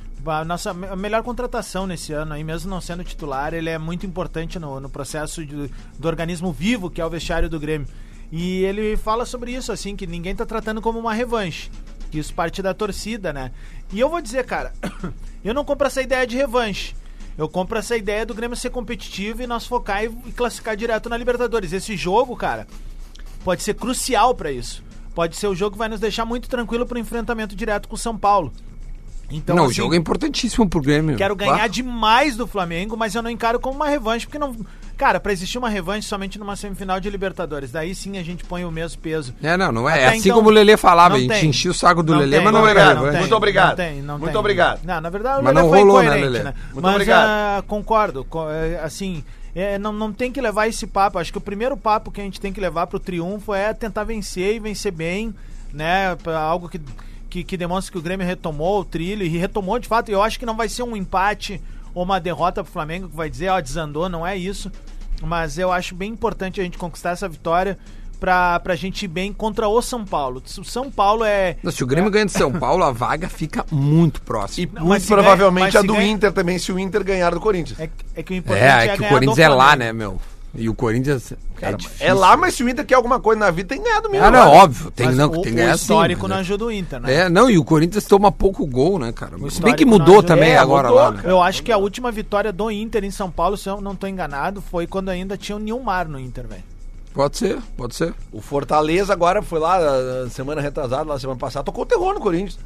a melhor contratação nesse ano, aí mesmo não sendo titular, ele é muito importante no processo do organismo vivo que é o vestiário do Grêmio. E ele fala sobre isso, assim, que ninguém tá tratando como uma revanche, que isso parte da torcida, né? E eu vou dizer, cara, eu não compro essa ideia de revanche. Eu compro essa ideia do Grêmio ser competitivo e nós focar e classificar direto na Libertadores. Esse jogo, cara, pode ser crucial pra isso. Pode ser o jogo que vai nos deixar muito tranquilo pro enfrentamento direto com o São Paulo. Então, o jogo é importantíssimo pro Grêmio. Quero ganhar demais do Flamengo, mas eu não encaro como uma revanche, porque não... Cara, pra existir uma revanche somente numa semifinal de Libertadores, daí sim a gente põe o mesmo peso. Não é. Até assim então, como o Lelê falava, a gente enchia o saco do Lelê, mas não era revanche. Muito obrigado. Muito obrigado. Não, na verdade, o Lelê não foi rolou, né, Lelê? Né? Muito obrigado. Concordo, assim... não tem que levar esse papo. Acho que o primeiro papo que a gente tem que levar pro triunfo é tentar vencer e vencer bem, né? Algo que demonstra que o Grêmio retomou o trilho e retomou de fato. E eu acho que não vai ser um empate ou uma derrota pro Flamengo que vai dizer, desandou, não é isso. Mas eu acho bem importante a gente conquistar essa vitória pra gente ir bem contra o São Paulo. O São Paulo se o Grêmio ganha de São Paulo, a vaga fica muito próxima. E muito provavelmente a do Inter também, se o Inter ganhar do Corinthians. É que o importante é que o Corinthians é lá, né, meu? E o Corinthians... É lá, mas se o Inter quer alguma coisa na vida, tem ganhado mesmo. Óbvio. Tem que ganhar. O histórico não ajuda o Inter, né? E o Corinthians toma pouco gol, né, cara? Se bem que mudou também agora lá, né? Eu acho que a última vitória do Inter em São Paulo, se eu não tô enganado, foi quando ainda tinha o Nilmar no Inter, velho. Pode ser. O Fortaleza agora foi lá, semana retrasada, semana passada, tocou o terror no Corinthians.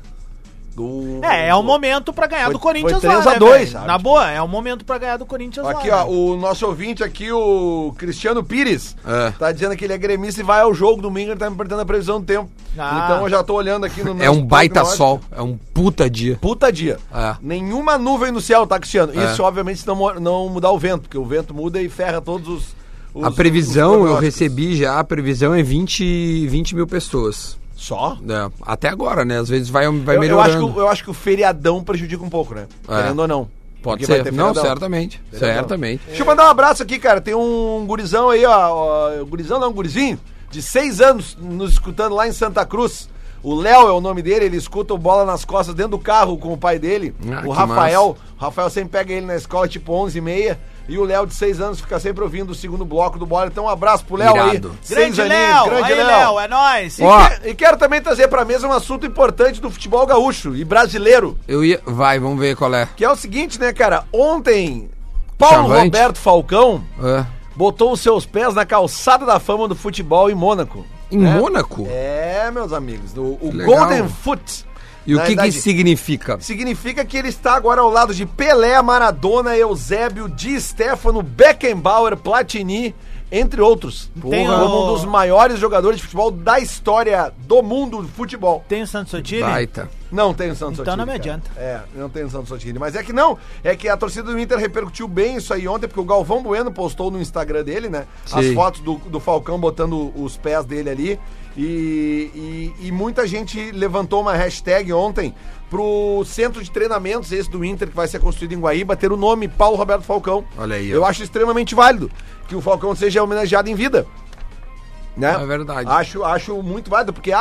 É o momento pra ganhar do Corinthians lá, 3-2, né, na boa, é o momento pra ganhar do Corinthians aqui, lá. Aqui, o nosso ouvinte aqui, o Cristiano Pires, tá dizendo que ele é gremista e vai ao jogo domingo, ele tá me perguntando a previsão do tempo. Então eu já tô olhando aqui no... É um baita sol, é um puta dia. Nenhuma nuvem no céu, tá, Cristiano? Isso, obviamente, se não mudar o vento, porque o vento muda e ferra todos os... A previsão, eu recebi já, a previsão é 20 mil pessoas. Só? Até agora, né? Às vezes vai melhorando. Eu acho que o feriadão prejudica um pouco, né? Querendo ou não. Pode ser. Não, certamente. Deixa eu mandar um abraço aqui, cara. Tem um gurizão aí, ó. Um gurizinho de 6 anos nos escutando lá em Santa Cruz. O Léo é o nome dele, ele escuta o Bola nas Costas dentro do carro com o pai dele. O Rafael. O Rafael sempre pega ele na escola tipo 11h30. E o Léo, de 6 anos, fica sempre ouvindo o segundo bloco do Bola. Então, um abraço pro Léo aí. Grande Léo! Grande Léo, é nóis! E quero também trazer pra mesa um assunto importante do futebol gaúcho e brasileiro. Vamos ver qual é. Que é o seguinte, né, cara? Ontem, Paulo Roberto Falcão botou os seus pés na calçada da fama do futebol em Mônaco. Em Mônaco? Meus amigos. O Golden Foot. E o que isso significa? Significa que ele está agora ao lado de Pelé, Maradona, Eusébio, Di Stefano, Beckenbauer, Platini, entre outros. Como um dos maiores jogadores de futebol da história do mundo do futebol. Tem o Santos Sotile? Não tem o Santos Sotile. Então não me adianta. Não tem o Santos Sotile. Mas é que não. É que a torcida do Inter repercutiu bem isso aí ontem, porque o Galvão Bueno postou no Instagram dele, né? Sim. As fotos do Falcão botando os pés dele ali. E muita gente levantou uma hashtag ontem pro centro de treinamentos esse do Inter, que vai ser construído em Guaíba, ter o nome Paulo Roberto Falcão. Olha aí. Eu acho extremamente válido que o Falcão seja homenageado em vida. Né? É verdade. Acho muito válido, porque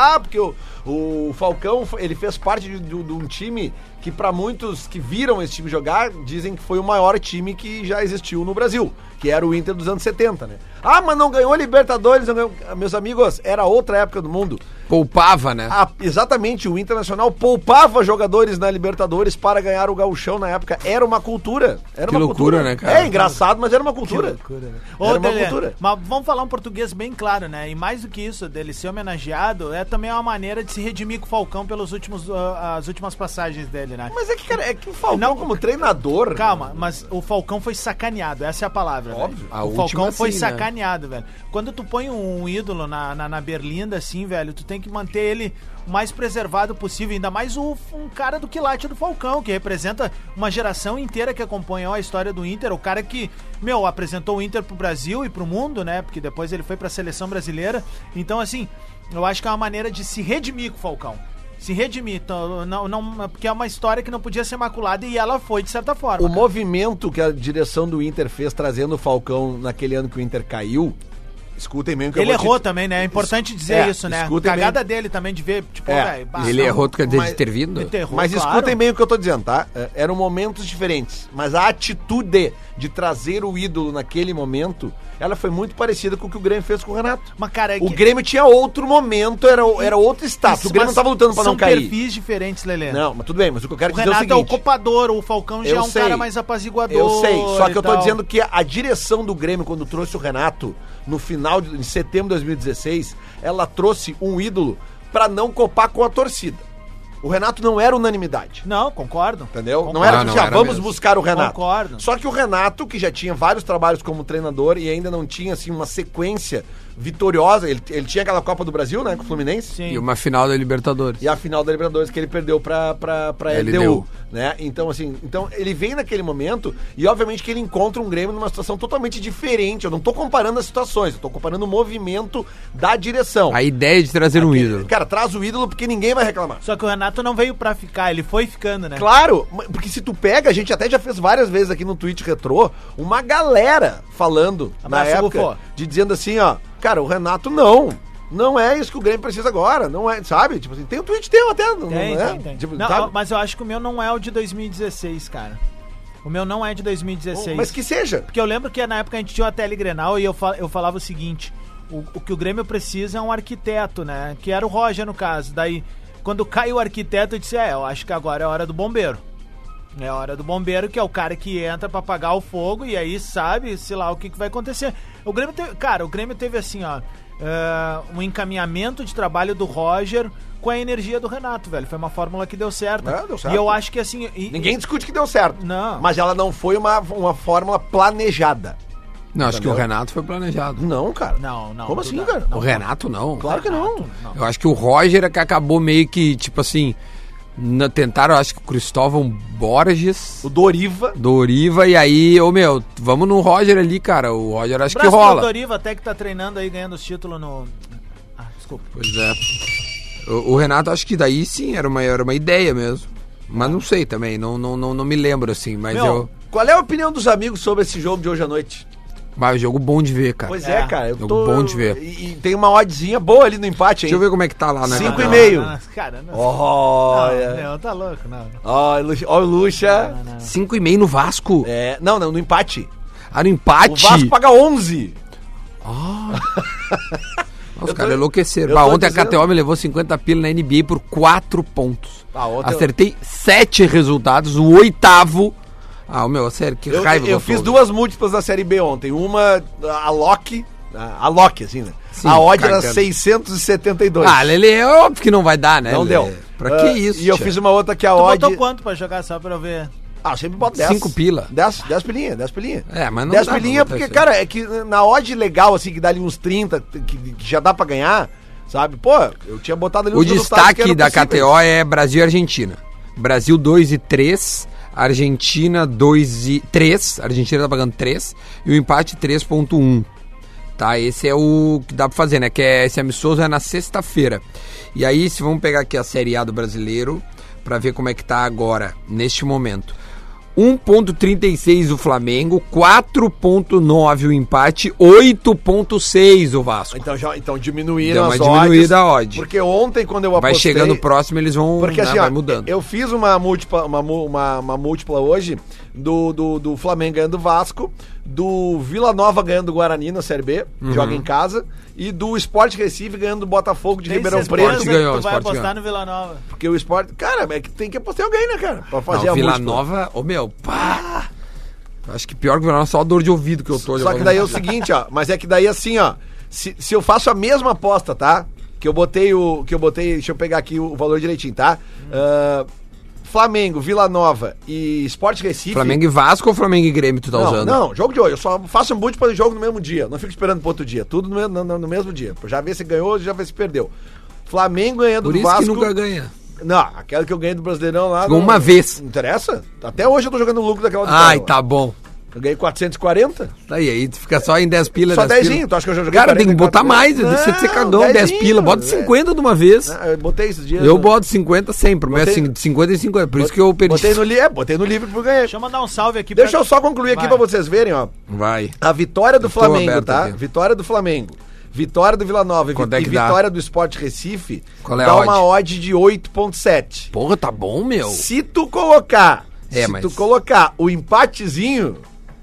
o Falcão, ele fez parte de um time que, para muitos que viram esse time jogar, dizem que foi o maior time que já existiu no Brasil, que era o Inter dos anos 70, né? Mas não ganhou Libertadores, não ganhou... Meus amigos, era outra época do mundo. Poupava, né? Exatamente, o Internacional poupava jogadores na Libertadores para ganhar o Gauchão na época. Era uma cultura. Que loucura, né, cara? É engraçado, mas era uma cultura. Que loucura, né? Era uma cultura. Mas vamos falar um português bem claro, né? E mais do que isso, dele ser homenageado, é também uma maneira de se redimir com o Falcão pelas as últimas passagens dele, né? Mas é que, cara, que o Falcão como treinador... Calma, mas o Falcão foi sacaneado, essa é a palavra. Óbvio. O Falcão foi sacaneado, velho. Quando tu põe um ídolo na berlinda, assim, velho, tu tem que manter ele o mais preservado possível, ainda mais um cara do quilate do Falcão, que representa uma geração inteira que acompanhou a história do Inter, o cara que, apresentou o Inter pro Brasil e pro mundo, né, porque depois ele foi pra seleção brasileira. Então, assim, eu acho que é uma maneira de se redimir com o Falcão. Se redimir, porque é uma história que não podia ser maculada e ela foi, de certa forma. O movimento que a direção do Inter fez trazendo o Falcão naquele ano que o Inter caiu, escutem mesmo que ele errou também, né? É importante dizer isso, né? A cagada mesmo. Dele também de ver, tipo, ele errou, tu quer dizer, de ter vindo? Mas escutem bem o que eu tô dizendo, tá? Eram momentos diferentes, mas a atitude de trazer o ídolo naquele momento, ela foi muito parecida com o que o Grêmio fez com o Renato. Mas, cara, o Grêmio tinha outro momento, era outro status. O Grêmio não tava lutando pra não cair. São perfis diferentes, Lelê. Não, mas tudo bem, mas o que eu quero dizer é o seguinte. O Renato é o copador, o Falcão já é um cara mais apaziguador. Eu sei, só que eu tô dizendo que a direção do Grêmio, quando trouxe o Renato, no final de setembro de 2016, ela trouxe um ídolo pra não copar com a torcida. O Renato não era unanimidade. Não, concordo. Entendeu? Concordo. Não era que vamos mesmo buscar o Renato. Concordo. Só que o Renato, que já tinha vários trabalhos como treinador e ainda não tinha, assim, uma sequência vitoriosa. Ele tinha aquela Copa do Brasil, né, com o Fluminense. Sim. E uma final da Libertadores. E a final da Libertadores que ele perdeu pra LDU, né? Então, assim, ele vem naquele momento e, obviamente, que ele encontra um Grêmio numa situação totalmente diferente. Eu não tô comparando as situações, eu tô comparando o movimento da direção. A ideia de trazer um ídolo. Cara, traz o ídolo porque ninguém vai reclamar. Só que o Renato não veio pra ficar, ele foi ficando, né? Claro, porque se tu pega, a gente até já fez várias vezes aqui no Twitch Retrô, uma galera falando na época, dizendo assim, ó, cara, o Renato não é isso que o Grêmio precisa agora, não é, sabe? Tipo assim, tem um tweet teu até, tem. Tipo, mas eu acho que o meu não é o de 2016, cara. O meu não é de 2016. Mas que seja. Porque eu lembro que na época a gente tinha a Telegrenal e eu falava o seguinte, o que o Grêmio precisa é um arquiteto, né? Que era o Roger, no caso. Daí, quando cai o arquiteto, eu disse, eu acho que agora é a hora do bombeiro. É a hora do bombeiro, que é o cara que entra pra apagar o fogo e aí sabe, sei lá, o que vai acontecer. O Grêmio teve assim, ó, um encaminhamento de trabalho do Roger com a energia do Renato, velho. Foi uma fórmula que deu certo. Deu certo. E eu acho que assim... Ninguém discute que deu certo. Não. Mas ela não foi uma fórmula planejada. Não, acho que o Renato foi planejado. Não, cara. Não. Como assim, cara? O Renato não. Claro que não. Eu acho que o Roger é que acabou meio que, tipo assim... Tentaram, acho que o Cristóvão Borges. O Doriva, e aí, vamos no Roger ali, cara. O Roger acho que rola. O Doriva até que tá treinando aí, ganhando os títulos no... desculpa. Pois é. O Renato, acho que daí sim, era uma ideia mesmo. Mas não sei também, não me lembro assim, mas Qual é a opinião dos amigos sobre esse jogo de hoje à noite? Mas jogo bom de ver, cara. Pois é, cara. Jogo bom de ver. E tem uma oddzinha boa ali no empate, hein? Deixa eu ver como é que tá lá, né? 5,5. Cara, não. Olha. Não, tá louco, não. Olha o Lucha. 5,5 no Vasco? Não, no empate. Ah, no empate? O Vasco paga 11. Os caras enlouqueceram. Ontem a KTO me levou 50 pila na NBA por 4 pontos. Acertei 7 resultados, o 8º. Sério, que raiva. Eu fiz 2 múltiplas da Série B ontem. Uma, a Loki, assim, né? Sim, a odd era 672. Lelê, é óbvio que não vai dar, né? Não deu. Pra que isso? E eu fiz uma outra que a odd... Tu botou quanto pra jogar só pra eu ver? Eu sempre boto 10. 5 pila. 10 pilinha. Mas não 10 pilinha porque, cara, é que na odd legal, assim, que dá ali uns 30, que já dá pra ganhar, sabe? Pô, eu tinha botado ali uns destaque da KTO é Brasil e Argentina. Brasil 2,3, Argentina 2,3. Argentina tá pagando 3 e o empate 3,1. Tá, esse é o que dá pra fazer, né? Que esse amistoso é na sexta-feira. E aí, se vamos pegar aqui a Série A do brasileiro, pra ver como é que tá agora, neste momento. 1,36 o Flamengo, 4,9 o empate, 8,6 o Vasco. Então diminuíram as odds. Deu uma diminuída a odd. Porque ontem, quando eu apostei... Vai chegando próximo, eles vão... Porque assim, vai mudando. Eu fiz uma múltipla hoje do Flamengo ganhando o Vasco, do Vila Nova ganhando o Guarani na Série B, joga em casa, e do Sport Recife ganhando o Botafogo de Ribeirão Preto. Tu vai apostar no Vila Nova. Porque o Sport... Cara, é que tem que apostar em alguém, né, cara? Pra fazer a Vila Nova... Pá! Acho que pior que o Vila Nova, só a dor de ouvido que eu tô. Só que daí é o seguinte, mas é que daí assim, se eu faço a mesma aposta, tá? Que eu botei, deixa eu pegar aqui o valor direitinho, tá? Flamengo, Vila Nova e Sport Recife. Flamengo e Vasco ou Flamengo e Grêmio tu tá usando? Não, jogo de hoje. Eu só faço um boot para o jogo no mesmo dia. Não fico esperando pro outro dia. Tudo no mesmo dia. Já ver se ganhou, já ver se perdeu. Flamengo ganhando do Vasco. Por isso que nunca ganha. Não, aquela que eu ganhei do Brasileirão lá... Uma vez. Não interessa? Até hoje eu tô jogando o lucro daquela... Tá bom. Eu ganhei 440. Aí tu fica só em 10 pila. Só 10, tu acha que eu já joguei? Cara, tem que botar mais, deixa de ser cagão, 10 pila, bota 50 de uma vez. Eu botei esses dias. Eu boto 50 sempre, mas assim, 50 e 50, por isso que eu perdi. Botei no livre por ganhar. Deixa eu mandar um salve aqui. Deixa eu só concluir aqui pra vocês verem, Vai. A vitória do Flamengo, tá? Aqui. Vitória do Flamengo. Vitória do Vila Nova e vitória do Sport Recife. Qual é dá uma odd de 8,7. Porra, tá bom, meu. Se tu colocar o empatezinho...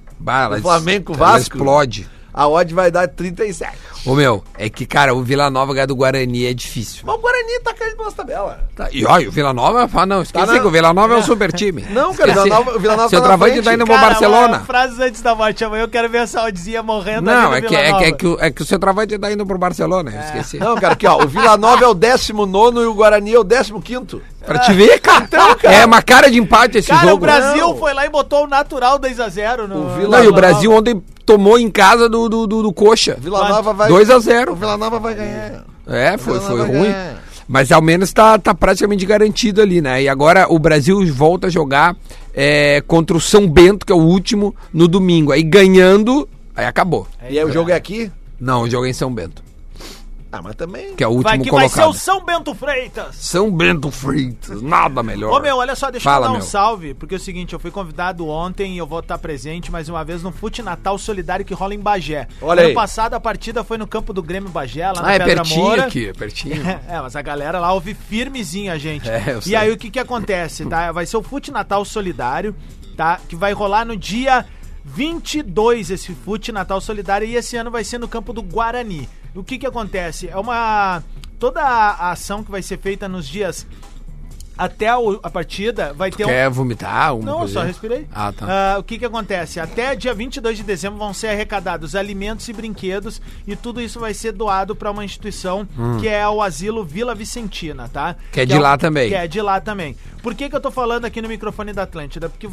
o Flamengo com o Vasco explode. A odd vai dar 37. É que, cara, o Vila Nova ganhar do Guarani é difícil. Mas o Guarani tá caindo pelas tabelas. E olha, o Vila Nova, esqueci que o Vila Nova é um super time. Não, cara, o Vila Nova seu travante tá indo pro Barcelona. Frases antes da morte, amanhã eu quero ver essa oddzinha morrendo. Não, é que o seu travante tá indo pro Barcelona, eu esqueci. Não, cara, aqui o Vila Nova é o 19º e o Guarani é o 15º. Pra te ver, cara. Então, cara. É uma cara de empate esse jogo. O Brasil foi lá e botou o natural 2-0 no... E o Brasil ontem tomou em casa do Coxa. Vila Nova vai... 2-0. O Vila Nova vai ganhar. Foi ruim. Mas ao menos tá praticamente garantido ali, né? E agora o Brasil volta a jogar contra o São Bento, que é o último, no domingo. Aí ganhando, aí acabou. E aí o jogo é aqui? Não, o jogo é em São Bento. Mas também... Que é o último colocado. Vai ser o São Bento Freitas. São Bento Freitas, nada melhor. Olha só, deixa eu dar um salve, porque é o seguinte, eu fui convidado ontem e eu vou estar presente mais uma vez no Fute Natal Solidário que rola em Bagé. Ano passado a partida foi no campo do Grêmio Bagé, lá na Pedra Moura. Aqui, pertinho. Mas a galera lá ouve firmezinho a gente. E aí o que acontece, tá? Vai ser o Fute Natal Solidário, tá? Que vai rolar no dia 22, esse Fute Natal Solidário, e esse ano vai ser no campo do Guarani. O que acontece? Toda a ação que vai ser feita nos dias até a partida vai ter Quer vomitar? Não, só respirei. Tá. O que acontece? Até dia 22 de dezembro vão ser arrecadados alimentos e brinquedos e tudo isso vai ser doado para uma instituição que é o Asilo Vila Vicentina, tá? Que é de lá também. Que é de lá também. Por que eu tô falando aqui no microfone da Atlântida? Porque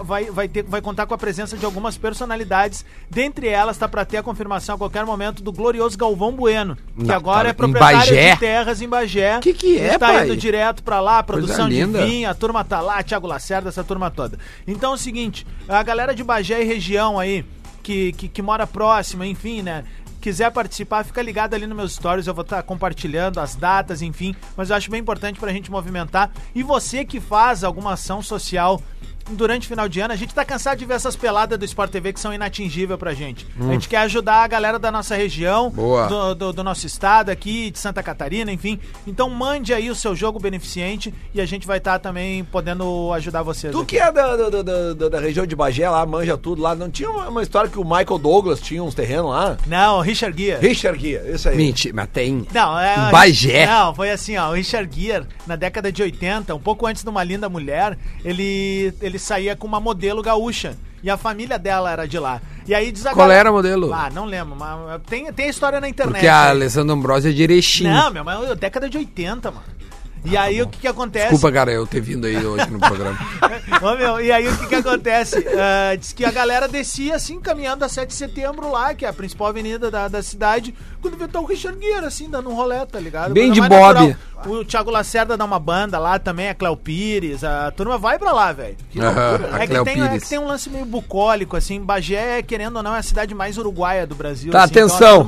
vai contar com a presença de algumas personalidades, dentre elas tá para ter a confirmação a qualquer momento do glorioso Galvão Bueno, que agora é proprietário de terras em Bagé. Que é, tá indo direto para lá, produção de linda. vinho, a turma tá lá, Thiago Lacerda, essa turma toda. Então é o seguinte, a galera de Bagé e região aí, que mora próxima, enfim, né? Quiser participar, fica ligado ali nos meus stories, eu vou estar compartilhando as datas, enfim, mas eu acho bem importante pra gente movimentar. E você que faz alguma ação social durante o final de ano, a gente tá cansado de ver essas peladas do Sport TV que são inatingíveis pra gente. A gente quer ajudar a galera da nossa região, do nosso estado aqui, de Santa Catarina, enfim. Então mande aí o seu jogo beneficente e a gente vai estar também podendo ajudar vocês. Tu aqui. Que é da região de Bagé lá, manja tudo lá, não tinha uma história que o Michael Douglas tinha uns terrenos lá? Não, o Richard Gere. Richard Gere, isso aí. Mentira, mas tem não, Bagé. Não, foi assim, ó, o Richard Gere, na década de 80, um pouco antes de Uma Linda Mulher, ele saía com uma modelo gaúcha. E a família dela era de lá. E aí Qual era o modelo? Ah, não lembro, mas tem a história na internet. Porque a Alessandra Ambrosio é de Erechim. Não, meu, mas década de 80, mano. E aí o que acontece... Desculpa, cara, eu ter vindo aí hoje no programa. Ô, meu, e aí o que acontece? Diz que a galera descia assim, caminhando a 7 de setembro lá, que é a principal avenida da cidade, quando vê o Richard Gere, assim, dando um rolê, tá ligado? Bem de Bob. Natural. O Thiago Lacerda dá uma banda lá também, a Cléo Pires, a turma vai pra lá, velho. É que tem um lance meio bucólico, assim, Bagé, querendo ou não, é a cidade mais uruguaia do Brasil. Tá, assim, atenção.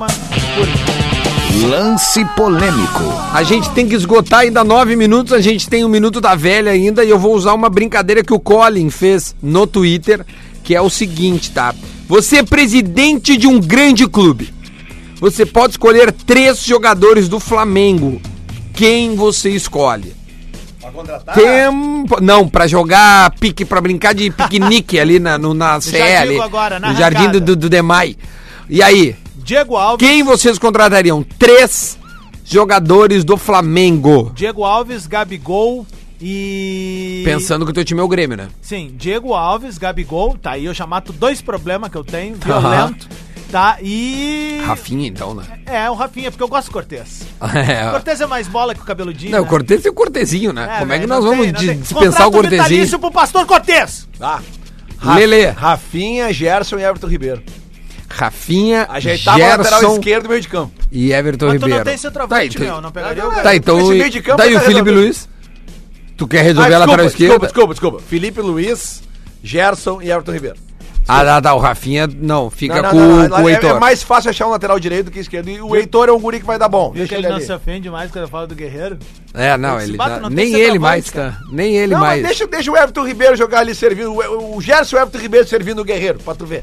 Lance polêmico. A gente tem que esgotar ainda 9 minutos, a gente tem 1 minuto da velha ainda e eu vou usar uma brincadeira que o Colin fez no Twitter, que é o seguinte, tá? Você é presidente de um grande clube. Você pode escolher 3 jogadores do Flamengo. Quem você escolhe? Pra contratar? Não, pra jogar pra brincar de piquenique ali na CL, agora, no Jardim do Demai. E aí? Diego Alves. Quem vocês contratariam? 3 jogadores do Flamengo. Diego Alves, Gabigol e... Pensando que o teu time é o Grêmio, né? Sim, Diego Alves, Gabigol, tá aí, eu já mato 2 problemas que eu tenho, violento, tá, e... Rafinha, então, né? É, o Rafinha, porque eu gosto do Cortez. O Cortez é mais bola que o cabeludinho, não, né? O Cortez tem o Cortezinho, né? Como é que nós vamos dispensar o Cortezinho? Vitalício pro Pastor Cortez! Lelê. Rafinha, Gerson e Everton Ribeiro. Rafinha, ajeitava Gerson, o lateral esquerdo e meio de campo. E Everton Ribeiro. Tu não tem centroavante, meu, não pegaria o cara. Tá, então... Esse meio de campo daí o Felipe Luiz? Tu quer resolver a lateral esquerda? Desculpa. Felipe Luiz, Gerson e Everton Ribeiro. O Rafinha, não, fica com o Heitor. É mais fácil achar um lateral direito do que esquerdo. E o Heitor é um guri que vai dar bom. Deixa ele não se ofende mais quando eu falo do Guerreiro. Não, ele nem ele mais, tá? Nem ele mais. Deixa o Everton Ribeiro jogar ali servindo. O Gerson e o Everton Ribeiro servindo o Guerreiro, pra tu ver.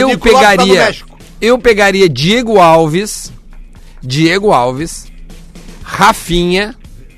Eu pegaria Diego Alves, Rafinha,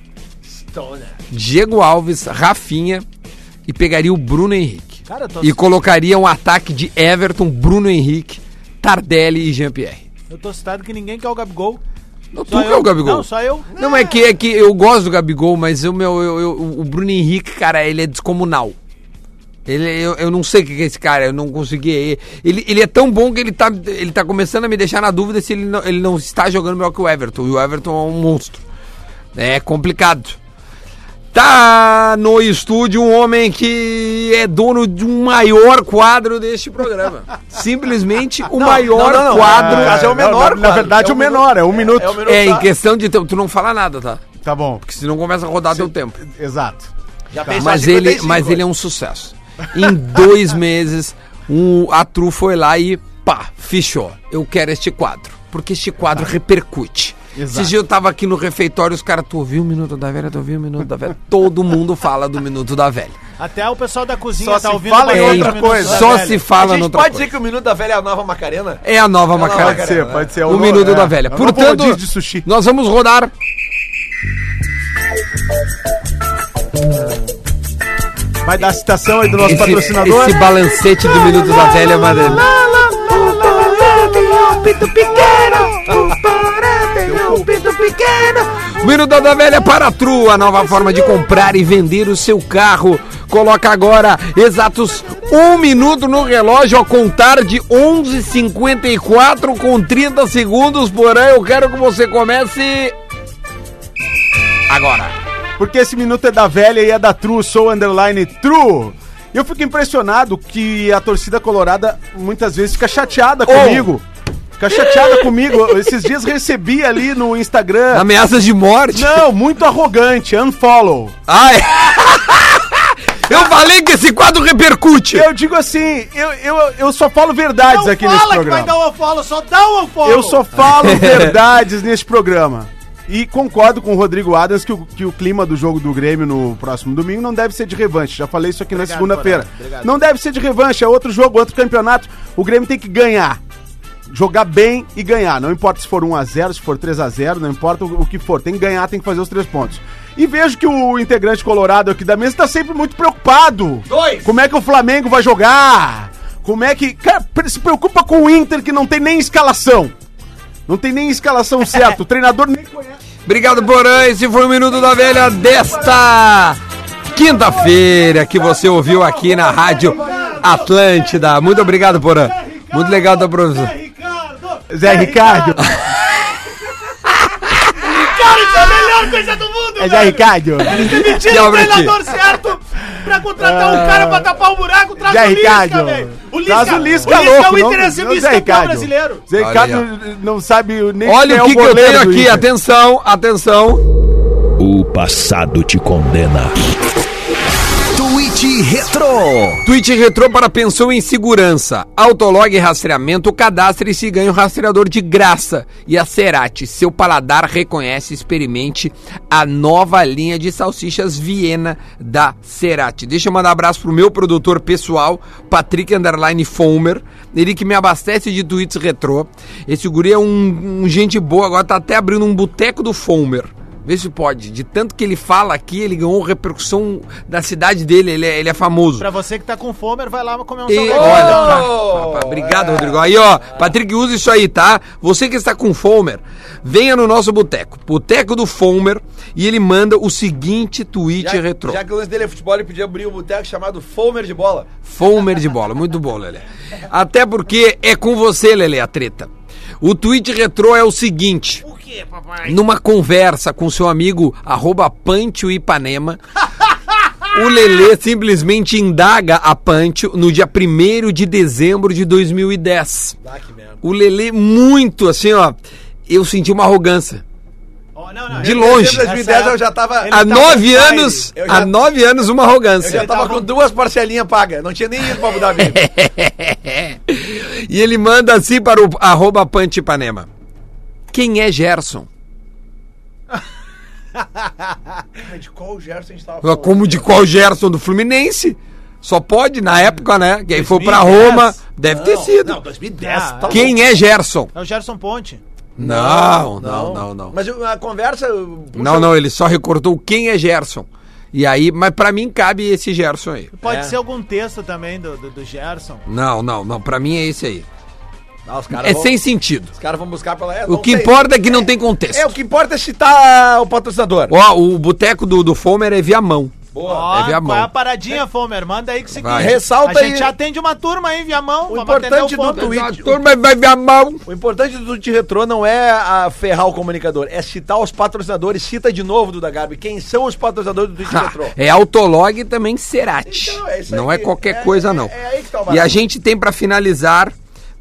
e pegaria o Bruno Henrique. Cara, e colocaria um ataque de Everton, Bruno Henrique, Tardelli e Jean-Pierre. Eu tô citado que ninguém quer o Gabigol. Não, tu quer o Gabigol? Não, só eu. Não, é que eu gosto do Gabigol, mas o Bruno Henrique, cara, ele é descomunal. Eu não sei o que é esse cara, eu não consegui. Ele é tão bom que ele tá começando a me deixar na dúvida se ele não está jogando melhor que o Everton. E o Everton é um monstro. É complicado. Tá no estúdio um homem que é dono de um maior quadro deste programa. Simplesmente o maior quadro. No caso é o menor quadro. Na verdade, o menor, é 1 minuto. Em questão de tempo. Tu não fala nada, tá? Tá bom. Porque senão começa a rodar teu tempo. Exato. Mas ele é um sucesso. Em 2 meses, a Tru foi lá e fechou. Eu quero este quadro. Porque este quadro repercute. Esse dia eu tava aqui no refeitório, os caras, tu ouviu o Minuto da Velha? Todo mundo fala do Minuto da Velha. Até o pessoal da cozinha só tá ouvindo fala em outra coisa. Só se fala em outra coisa. Pode dizer que o Minuto da Velha é a nova Macarena? É a nova Macarena. Pode ser. O Minuto da Velha. Portanto, de sushi. nós vamos rodar... Vai dar a citação aí do nosso patrocinador. Esse balancete do Minuto da Velha, Madalena. Minuto da Velha para a Tru, a nova forma de comprar e vender o seu carro. Coloca agora exatos 1 minuto no relógio a contar de 11h54 com 30 segundos. Porém, eu quero que você comece agora. Porque esse minuto é da Velha e é da Tru, sou _Tru. Eu fico impressionado que a torcida colorada muitas vezes fica chateada comigo. Fica chateada comigo. Esses dias recebi ali no Instagram... Ameaças de morte? Não, muito arrogante. Unfollow. Eu falei que esse quadro repercute. Eu digo assim, eu só falo verdades aqui nesse programa. Não fala que vai dar um unfollow, só dá um unfollow. Eu só falo verdades nesse programa. E concordo com o Rodrigo Adams que o clima do jogo do Grêmio no próximo domingo não deve ser de revanche. Já falei isso aqui na segunda-feira. Não deve ser de revanche, é outro jogo, outro campeonato. O Grêmio tem que ganhar. Jogar bem e ganhar. Não importa se for 1-0, se for 3-0, não importa o que for. Tem que ganhar, tem que fazer os 3 pontos. E vejo que o integrante colorado aqui da mesa tá sempre muito preocupado. 2. Como é que o Flamengo vai jogar? Como é que... Cara, se preocupa com o Inter que não tem nem escalação. Não tem nem escalação certa. O treinador nem conhece. Obrigado, Porã. Esse foi o Minuto da Velha desta quinta-feira que você ouviu aqui na Rádio Atlântida. Muito obrigado, Porã. Muito legal da produção. Zé Ricardo. Cara, isso é a melhor coisa do mundo, É Zé Ricardo. Eles demitiram o treinador certo pra contratar um cara pra tapar o buraco. Traz Zé o Ricardo. Lisca, velho. Traz o Lisca, louco. louco. O Inter é ser vice-campeão brasileiro. Zé Ricardo não sabe nem Olha o que eu tenho aqui. Atenção, atenção. O passado te condena. Tweet Retro. Tweet Retro para pensão em segurança. Autolog e rastreamento, cadastre-se e ganhe um rastreador de graça. E a Cerati, seu paladar reconhece, experimente a nova linha de salsichas Viena da Cerati. Deixa eu mandar um abraço pro meu produtor pessoal, Patrick _Fomer, ele que me abastece de tweets retrô. Esse guri é um gente boa, agora tá até abrindo um boteco do Fomer. Vê se pode. De tanto que ele fala aqui, ele ganhou repercussão da cidade dele, ele é famoso. Pra você que tá com fome, vai lá comer um salgado. Olha, obrigado, Rodrigo. Aí, ó, Patrick, usa isso aí, tá? Você que está com Fomer, venha no nosso boteco. Boteco do Fomer, e ele manda o seguinte tweet retrô. Já que o lance dele é futebol, ele podia abrir um boteco chamado Fomer de Bola. Fomer de Bola, muito bom, Lelê. Até porque é com você, Lelê, a treta. O tweet retrô é o seguinte... Numa conversa com seu amigo @PanchoIpanema, o Lelê simplesmente indaga a Pancho no dia 1º de dezembro de 2010. O Lelê muito assim, ó, eu senti uma arrogância. De longe. Em 2010 eu já tava... Há 9 anos, há 9 anos uma arrogância. Eu já tava com 2 parcelinhas pagas, não tinha nem ido pra Abu Dhabi. E ele manda assim para o @PanchoIpanema. Quem é Gerson? De qual Gerson a gente tava falando? Como de qual Gerson? Do Fluminense? Só pode, na época, né? Que aí foi pra Roma. Deve ter sido. Não, 2010. Tá Quem é Gerson? É o Gerson Ponte. Não. Mas a conversa... Não, ele só recortou quem é Gerson. E aí, mas pra mim cabe esse Gerson aí. Pode ser algum texto também do Gerson. Não, pra mim é esse aí. Os sem sentido. Os caras vão buscar pela... O que importa é que não tem contexto. O que importa é citar o patrocinador. Ó, o boteco do Fomer é Viamão. Boa. É Viamão. Qual é a paradinha, Fomer? Manda aí que você quer. Ressalta aí. A gente já atende uma turma aí, Viamão. O importante do tweet... A turma vai Viamão. O importante do tweet retrô não é ferrar o comunicador, é citar os patrocinadores. Cita de novo, Duda Garbi. Quem são os patrocinadores do tweet retrô? É Autolog e também Cerati. Então, não é qualquer coisa, não. É aí que tá o e a gente tem pra finalizar,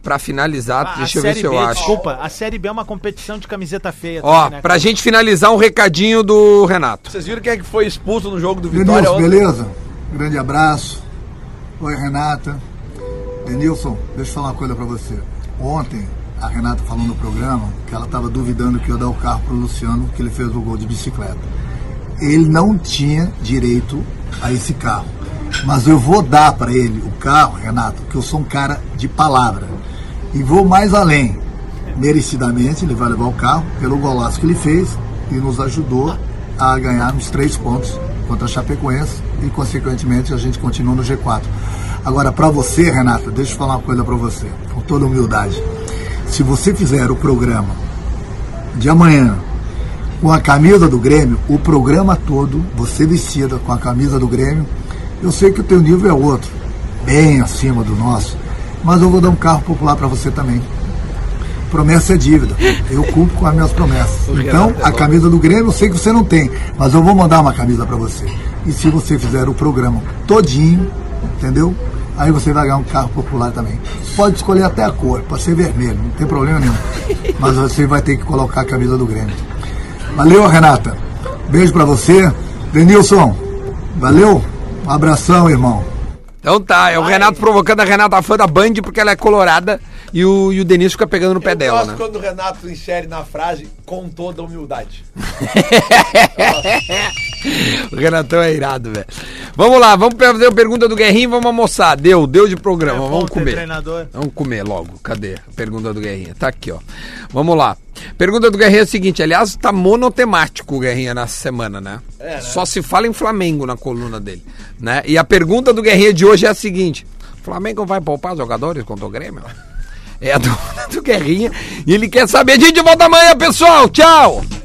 deixa eu ver se eu acho. Desculpa, a Série B é uma competição de camiseta feia. Ó, também, né, pra gente finalizar, um recadinho do Renato. Vocês viram quem é que foi expulso no jogo do Vitória Denilson, beleza? Grande abraço. Oi, Renata. Denilson, deixa eu falar uma coisa pra você. Ontem, a Renata falou no programa que ela tava duvidando que eu ia dar o carro pro Luciano, que ele fez o gol de bicicleta. Ele não tinha direito a esse carro. Mas eu vou dar pra ele o carro, Renato, que eu sou um cara de palavra. E vou mais além. Merecidamente, ele vai levar o carro pelo golaço que ele fez e nos ajudou a ganhar uns 3 pontos contra a Chapecoense e, consequentemente, a gente continua no G4. Agora, para você, Renata, deixa eu falar uma coisa para você, com toda humildade. Se você fizer o programa de amanhã com a camisa do Grêmio, o programa todo, você vestida com a camisa do Grêmio, eu sei que o teu nível é outro, bem acima do nosso, mas eu vou dar um carro popular para você também. Promessa é dívida, eu cumpro com as minhas promessas. Então, a camisa do Grêmio eu sei que você não tem, mas eu vou mandar uma camisa para você. E se você fizer o programa todinho, entendeu? Aí você vai ganhar um carro popular também. Você pode escolher até a cor, pode ser vermelho, não tem problema nenhum. Mas você vai ter que colocar a camisa do Grêmio. Valeu, Renata. Beijo para você. Denilson, valeu? Um abração, irmão. Então tá, é o Renato provocando a Renata fã da Band porque ela é colorada e o Denis fica pegando no pé dela, né? Quando o Renato insere na frase com toda humildade. O Renatão é irado, velho. Vamos lá, vamos fazer a pergunta do Guerrinha e vamos almoçar. Deu de programa, vamos comer. Treinador. Vamos comer logo. Cadê a pergunta do Guerrinha? Tá aqui, ó. Vamos lá. Pergunta do Guerrinha é a seguinte, aliás, tá monotemático o Guerrinha nessa semana, né? Né? Só se fala em Flamengo na coluna dele, né? E a pergunta do Guerrinha de hoje é a seguinte: Flamengo vai poupar jogadores contra o Grêmio? É a do Guerrinha e ele quer saber. A gente volta amanhã, pessoal. Tchau!